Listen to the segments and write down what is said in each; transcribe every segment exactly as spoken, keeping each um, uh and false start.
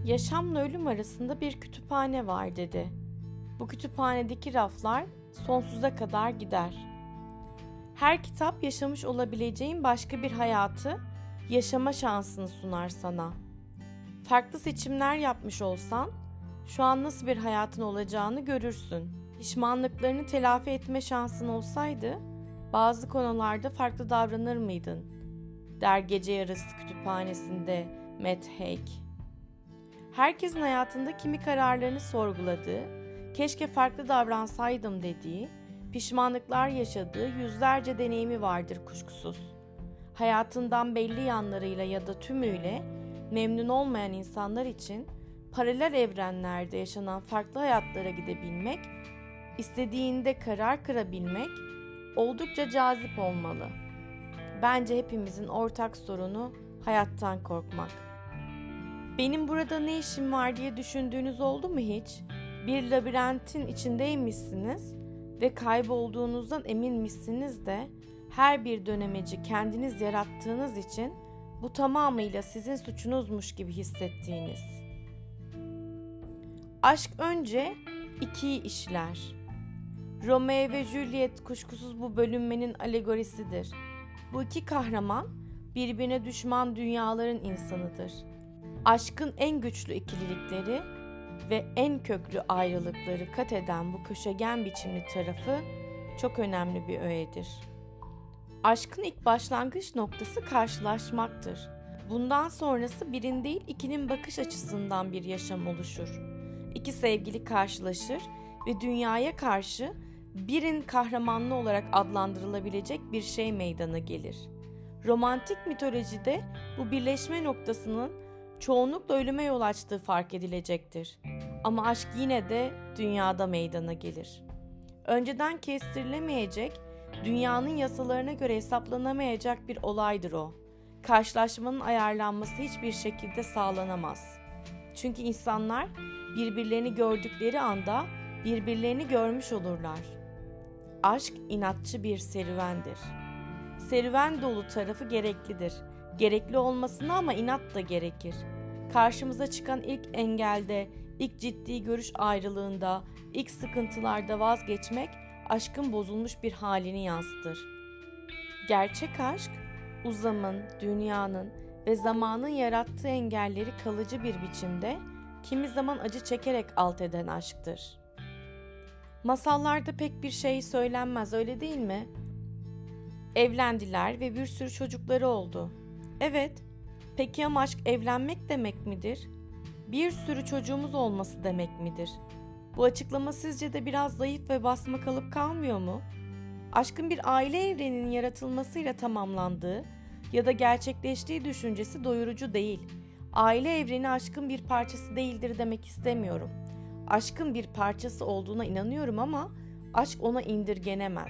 Yaşamla ölüm arasında bir kütüphane var dedi. Bu kütüphanedeki raflar sonsuza kadar gider. Her kitap yaşamış olabileceğin başka bir hayatı yaşama şansını sunar sana. Farklı seçimler yapmış olsan şu an nasıl bir hayatın olacağını görürsün. Pişmanlıklarını telafi etme şansın olsaydı bazı konularda farklı davranır mıydın? Der gece yarısı kütüphanesinde Matt Haig. Herkesin hayatında kimi kararlarını sorguladığı, keşke farklı davransaydım dediği, pişmanlıklar yaşadığı yüzlerce deneyimi vardır kuşkusuz. Hayatından belli yanlarıyla ya da tümüyle memnun olmayan insanlar için paralel evrenlerde yaşanan farklı hayatlara gidebilmek, istediğinde karar kırabilmek oldukça cazip olmalı. Bence hepimizin ortak sorunu hayattan korkmak. Benim burada ne işim var diye düşündüğünüz oldu mu hiç? Bir labirentin içindeymişsiniz ve kaybolduğunuzdan eminmişsiniz de her bir dönemeci kendiniz yarattığınız için bu tamamıyla sizin suçunuzmuş gibi hissettiğiniz. Aşk önce ikiyi işler. Romeo ve Juliet kuşkusuz bu bölünmenin alegorisidir. Bu iki kahraman birbirine düşman dünyaların insanıdır. Aşkın en güçlü ikililikleri ve en köklü ayrılıkları kat eden bu köşegen biçimli tarafı çok önemli bir öğedir. Aşkın ilk başlangıç noktası karşılaşmaktır. Bundan sonrası birin değil ikinin bakış açısından bir yaşam oluşur. İki sevgili karşılaşır ve dünyaya karşı birin kahramanlı olarak adlandırılabilecek bir şey meydana gelir. Romantik mitolojide bu birleşme noktasının çoğunlukla ölüme yol açtığı fark edilecektir. Ama aşk yine de dünyada meydana gelir. Önceden kestirilemeyecek, dünyanın yasalarına göre hesaplanamayacak bir olaydır o. Karşılaşmanın ayarlanması hiçbir şekilde sağlanamaz. Çünkü insanlar birbirlerini gördükleri anda birbirlerini görmüş olurlar. Aşk inatçı bir serüvendir. Serüven dolu tarafı gereklidir. Gerekli olmasına ama inat da gerekir. Karşımıza çıkan ilk engelde, ilk ciddi görüş ayrılığında, ilk sıkıntılarda vazgeçmek aşkın bozulmuş bir halini yansıtır. Gerçek aşk, uzamın, dünyanın ve zamanın yarattığı engelleri kalıcı bir biçimde, kimi zaman acı çekerek alt eden aşktır. Masallarda pek bir şey söylenmez, öyle değil mi? Evlendiler ve bir sürü çocukları oldu. Evet, peki ama aşk evlenmek demek midir? Bir sürü çocuğumuz olması demek midir? Bu açıklama sizce de biraz zayıf ve basma kalıp kalmıyor mu? Aşkın bir aile evreninin yaratılmasıyla tamamlandığı ya da gerçekleştiği düşüncesi doyurucu değil. Aile evreni aşkın bir parçası değildir demek istemiyorum. Aşkın bir parçası olduğuna inanıyorum ama aşk ona indirgenemez.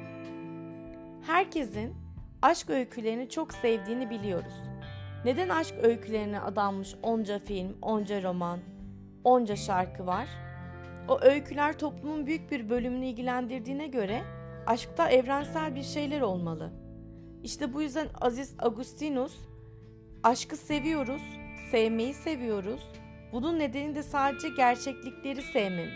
Herkesin aşk öykülerini çok sevdiğini biliyoruz. Neden aşk öykülerine adanmış onca film, onca roman, onca şarkı var? O öyküler toplumun büyük bir bölümünü ilgilendirdiğine göre aşkta evrensel bir şeyler olmalı. İşte bu yüzden Aziz Agustinus, aşkı seviyoruz, sevmeyi seviyoruz. Bunun nedeni de sadece gerçeklikleri sevmemiz.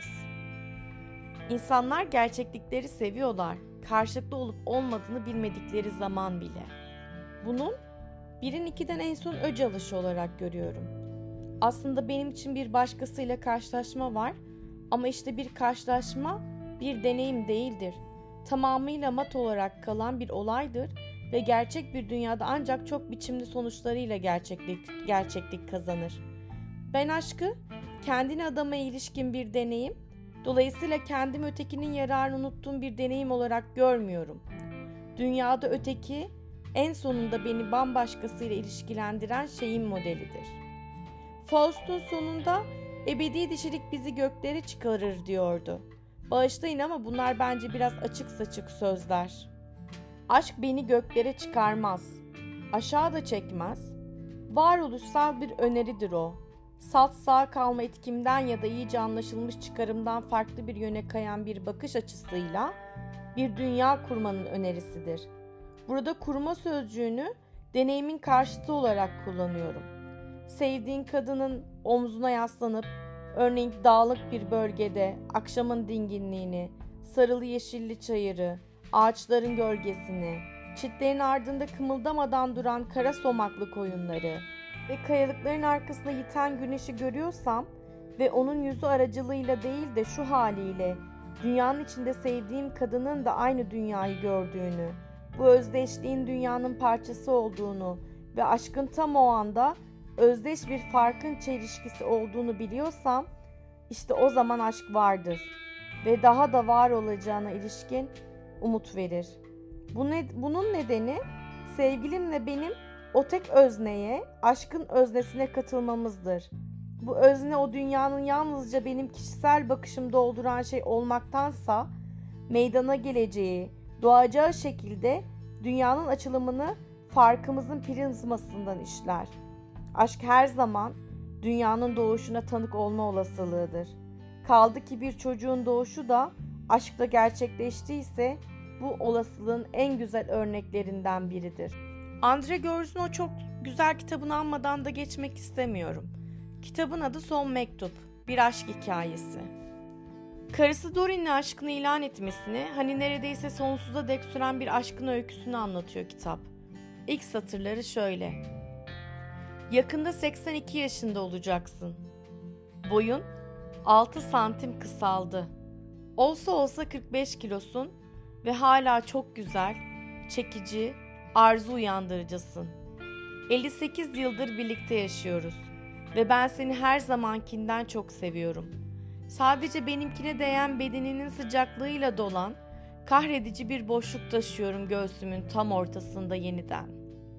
İnsanlar gerçeklikleri seviyorlar, karşılıklı olup olmadığını bilmedikleri zaman bile. Bunun birin ikiden en son öc alışı olarak görüyorum. Aslında benim için bir başkasıyla karşılaşma var ama işte bir karşılaşma bir deneyim değildir. Tamamıyla mat olarak kalan bir olaydır ve gerçek bir dünyada ancak çok biçimli sonuçlarıyla gerçeklik, gerçeklik kazanır. Ben aşkı kendine adama ilişkin bir deneyim, dolayısıyla kendim ötekinin yararını unuttuğum bir deneyim olarak görmüyorum. Dünyada öteki en sonunda beni bambaşkasıyla ilişkilendiren şeyin modelidir. Faust'un sonunda ebedi dişilik bizi göklere çıkarır diyordu. Bağışlayın ama bunlar bence biraz açık saçık sözler. Aşk beni göklere çıkarmaz, aşağı da çekmez. Varoluşsal bir öneridir o. Salt sağ kalma etkimden ya da iyice anlaşılmış çıkarımdan farklı bir yöne kayan bir bakış açısıyla bir dünya kurmanın önerisidir. Burada kurma sözcüğünü deneyimin karşıtı olarak kullanıyorum. Sevdiğin kadının omzuna yaslanıp, örneğin dağlık bir bölgede akşamın dinginliğini, sarılı yeşilli çayırı, ağaçların gölgesini, çitlerin ardında kımıldamadan duran kara somaklı koyunları ve kayalıkların arkasında yiten güneşi görüyorsam ve onun yüzü aracılığıyla değil de şu haliyle dünyanın içinde sevdiğim kadının da aynı dünyayı gördüğünü, bu özdeşliğin dünyanın parçası olduğunu ve aşkın tam o anda özdeş bir farkın çelişkisi olduğunu biliyorsam, işte o zaman aşk vardır ve daha da var olacağına ilişkin umut verir. Bu ne, bunun nedeni sevgilimle benim o tek özneye, aşkın öznesine katılmamızdır. Bu özne o dünyanın yalnızca benim kişisel bakışımı dolduran şey olmaktansa, meydana geleceği, doğacağı şekilde dünyanın açılımını farkımızın prizmasından işler. Aşk her zaman dünyanın doğuşuna tanık olma olasılığıdır. Kaldı ki bir çocuğun doğuşu da aşkla gerçekleştiyse bu olasılığın en güzel örneklerinden biridir. Andre Geurz'ün o çok güzel kitabını anmadan da geçmek istemiyorum. Kitabın adı Son Mektup, bir aşk hikayesi. Karısı Dorin'le aşkını ilan etmesini, hani neredeyse sonsuza dek süren bir aşkın öyküsünü anlatıyor kitap. İlk satırları şöyle: Yakında seksen iki yaşında olacaksın. Boyun altı santim kısaldı. Olsa olsa kırk beş kilosun ve hala çok güzel, çekici, arzu uyandırıcısın. elli sekiz yıldır birlikte yaşıyoruz ve ben seni her zamankinden çok seviyorum. Sadece benimkine değen bedeninin sıcaklığıyla dolan, kahredici bir boşluk taşıyorum göğsümün tam ortasında yeniden.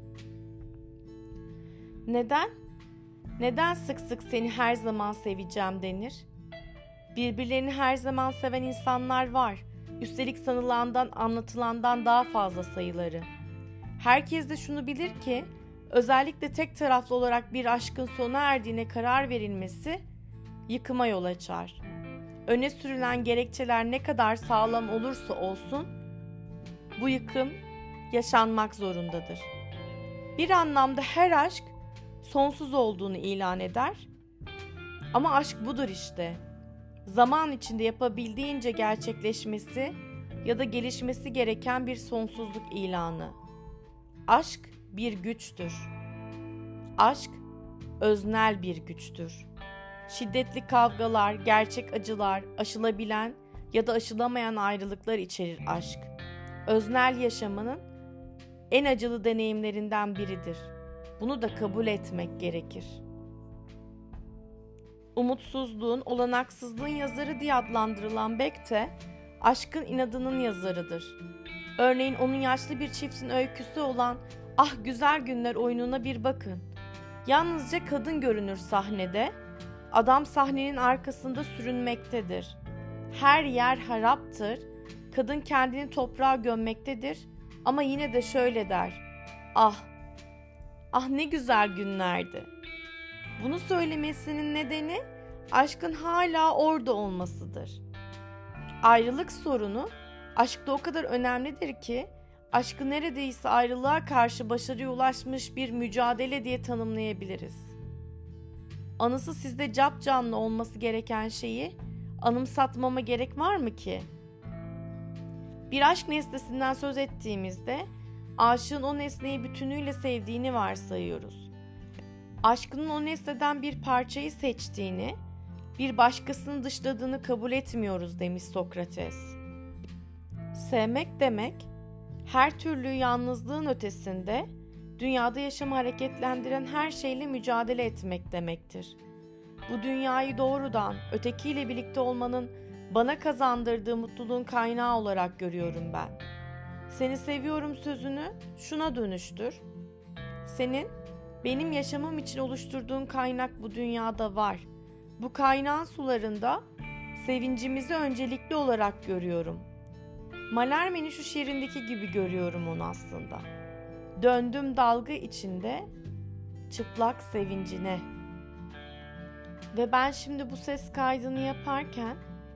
Neden? Neden sık sık seni her zaman seveceğim denir? Birbirlerini her zaman seven insanlar var. Üstelik sanılandan, anlatılandan daha fazla sayıları. Herkes de şunu bilir ki, özellikle tek taraflı olarak bir aşkın sona erdiğine karar verilmesi yıkıma yol açar. Öne sürülen gerekçeler ne kadar sağlam olursa olsun, bu yıkım yaşanmak zorundadır. Bir anlamda her aşk sonsuz olduğunu ilan eder. Ama aşk budur işte. Zaman içinde yapabildiğince gerçekleşmesi ya da gelişmesi gereken bir sonsuzluk ilanı. Aşk bir güçtür. Aşk öznel bir güçtür. Şiddetli kavgalar, gerçek acılar, aşılabilen ya da aşılamayan ayrılıklar içerir aşk. Öznel yaşamanın en acılı deneyimlerinden biridir. Bunu da kabul etmek gerekir. Umutsuzluğun, olanaksızlığın yazarı diye adlandırılan Beck de aşkın inadının yazarıdır. Örneğin onun yaşlı bir çiftin öyküsü olan Ah Güzel Günler oyununa bir bakın. Yalnızca kadın görünür sahnede, adam sahnenin arkasında sürünmektedir. Her yer haraptır, kadın kendini toprağa gömmektedir ama yine de şöyle der: Ah, ah ne güzel günlerdi. Bunu söylemesinin nedeni aşkın hala orada olmasıdır. Ayrılık sorunu aşkta o kadar önemlidir ki aşkı neredeyse ayrılığa karşı başarıya ulaşmış bir mücadele diye tanımlayabiliriz. Anısı sizde capcanlı olması gereken şeyi anımsatmama gerek var mı ki? Bir aşk nesnesinden söz ettiğimizde aşığın o nesneyi bütünüyle sevdiğini varsayıyoruz. Aşkının o nesneden bir parçayı seçtiğini, bir başkasını dışladığını kabul etmiyoruz demiş Sokrates. Sevmek demek, her türlü yalnızlığın ötesinde dünyada yaşamı hareketlendiren her şeyle mücadele etmek demektir. Bu dünyayı doğrudan ötekiyle birlikte olmanın bana kazandırdığı mutluluğun kaynağı olarak görüyorum ben. Seni seviyorum sözünü şuna dönüştür: senin benim yaşamım için oluşturduğun kaynak bu dünyada var. Bu kaynağın sularında sevincimizi öncelikli olarak görüyorum. Malerme'nin şu şiirindeki gibi görüyorum onu aslında. Döndüm dalga içinde çıplak sevincine. Ve ben şimdi bu ses kaydını yaparken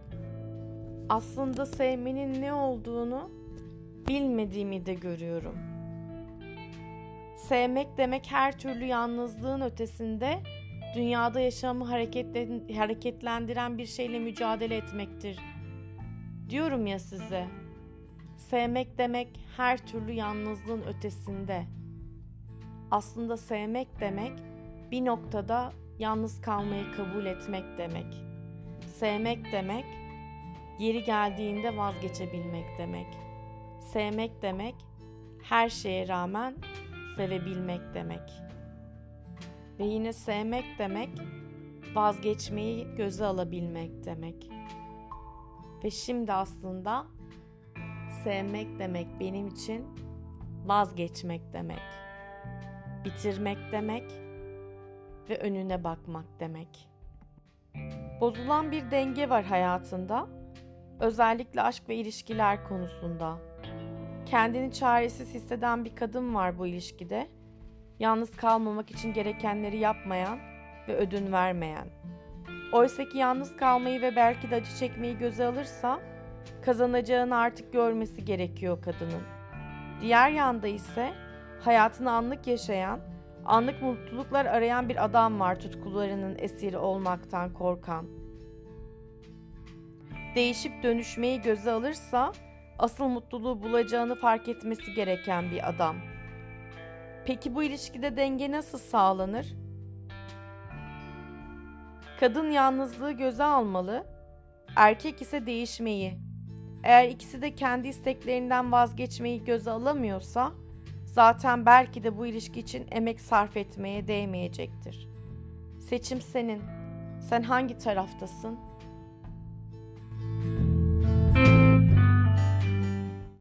aslında sevmenin ne olduğunu bilmediğimi de görüyorum. Sevmek demek her türlü yalnızlığın ötesinde dünyada yaşamı hareketlen- hareketlendiren bir şeyle mücadele etmektir. Diyorum ya size, sevmek demek her türlü yalnızlığın ötesinde. Aslında sevmek demek bir noktada yalnız kalmayı kabul etmek demek. Sevmek demek yeri geldiğinde vazgeçebilmek demek. Sevmek demek her şeye rağmen sevebilmek demek. Ve yine sevmek demek vazgeçmeyi göze alabilmek demek. Ve şimdi aslında sevmek demek benim için vazgeçmek demek. Bitirmek demek ve önüne bakmak demek. Bozulan bir denge var hayatında, özellikle aşk ve ilişkiler konusunda. Kendini çaresiz hisseden bir kadın var bu ilişkide. Yalnız kalmamak için gerekenleri yapmayan ve ödün vermeyen. Oysa ki yalnız kalmayı ve belki de acı çekmeyi göze alırsa kazanacağını artık görmesi gerekiyor kadının. Diğer yanda ise hayatını anlık yaşayan, anlık mutluluklar arayan bir adam var, tutkularının esiri olmaktan korkan. Değişip dönüşmeyi göze alırsa asıl mutluluğu bulacağını fark etmesi gereken bir adam. Peki bu ilişkide denge nasıl sağlanır? Kadın yalnızlığı göze almalı, erkek ise değişmeyi. Eğer ikisi de kendi isteklerinden vazgeçmeyi göze alamıyorsa, zaten belki de bu ilişki için emek sarf etmeye değmeyecektir. Seçim senin. Sen hangi taraftasın?